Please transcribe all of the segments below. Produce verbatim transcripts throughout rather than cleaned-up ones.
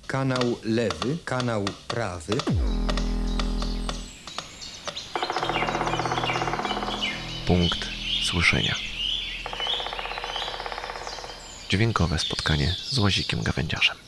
kanał lewy, kanał prawy. Punkt słyszenia. Dźwiękowe spotkanie z Łazikiem Gawędziarzem.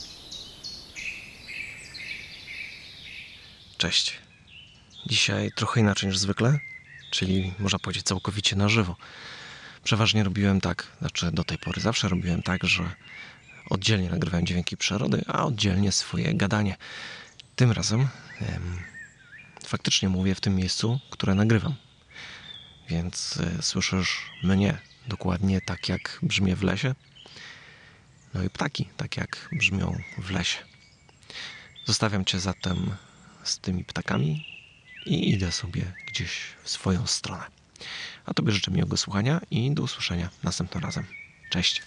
Cześć. Dzisiaj trochę inaczej niż zwykle, czyli można powiedzieć całkowicie na żywo. Przeważnie robiłem tak, znaczy do tej pory zawsze robiłem tak, że oddzielnie nagrywałem dźwięki przyrody, a oddzielnie swoje gadanie. Tym razem em, faktycznie mówię w tym miejscu, które nagrywam. Więc y, słyszysz mnie dokładnie tak, jak brzmię w lesie. No i ptaki, tak jak brzmią w lesie. Zostawiam Cię zatem z tymi ptakami i idę sobie gdzieś w swoją stronę. A Tobie życzę miłego słuchania i do usłyszenia następnym razem. Cześć!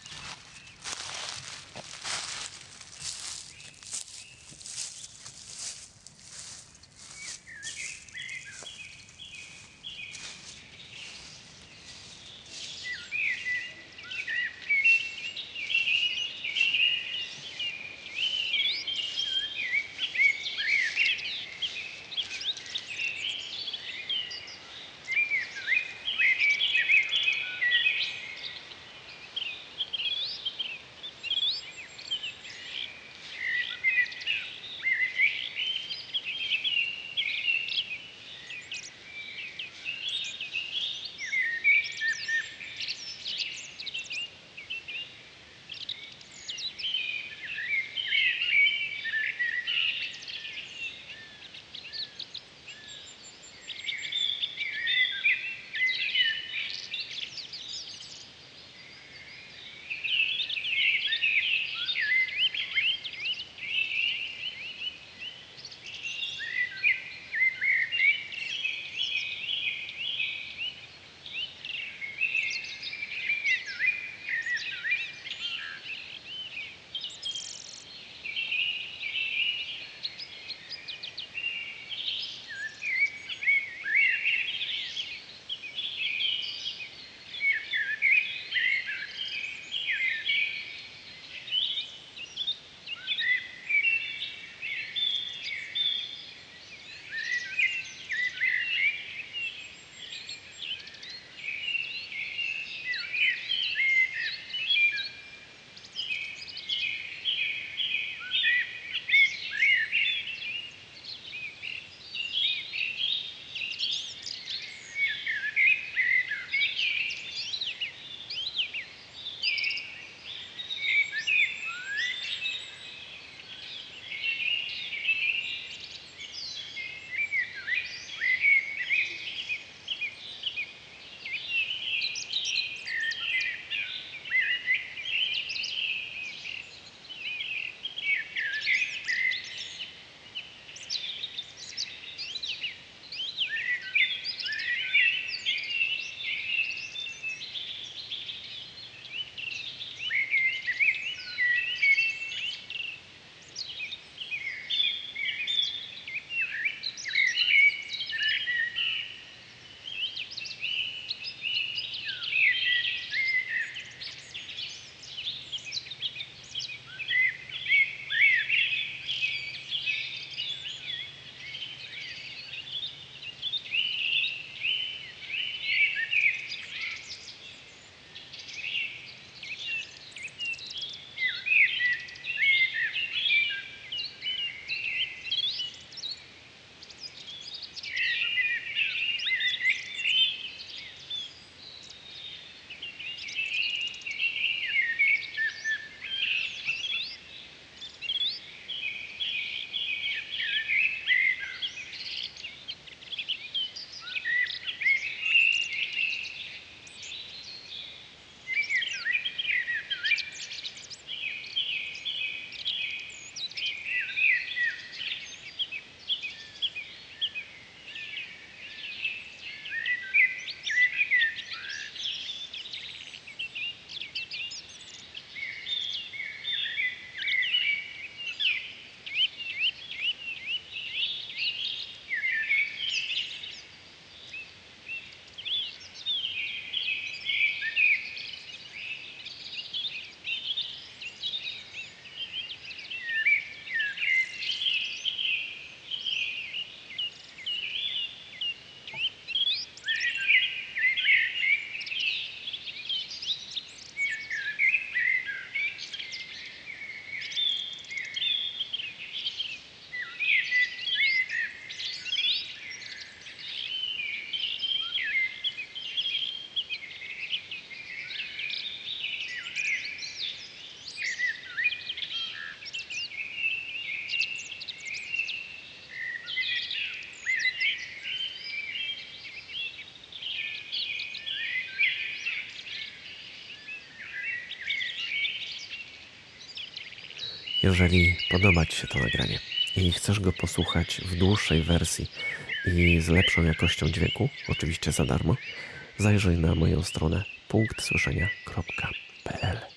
Jeżeli podoba Ci się to nagranie i chcesz go posłuchać w dłuższej wersji i z lepszą jakością dźwięku, oczywiście za darmo, zajrzyj na moją stronę punkt słyszenia kropka p l.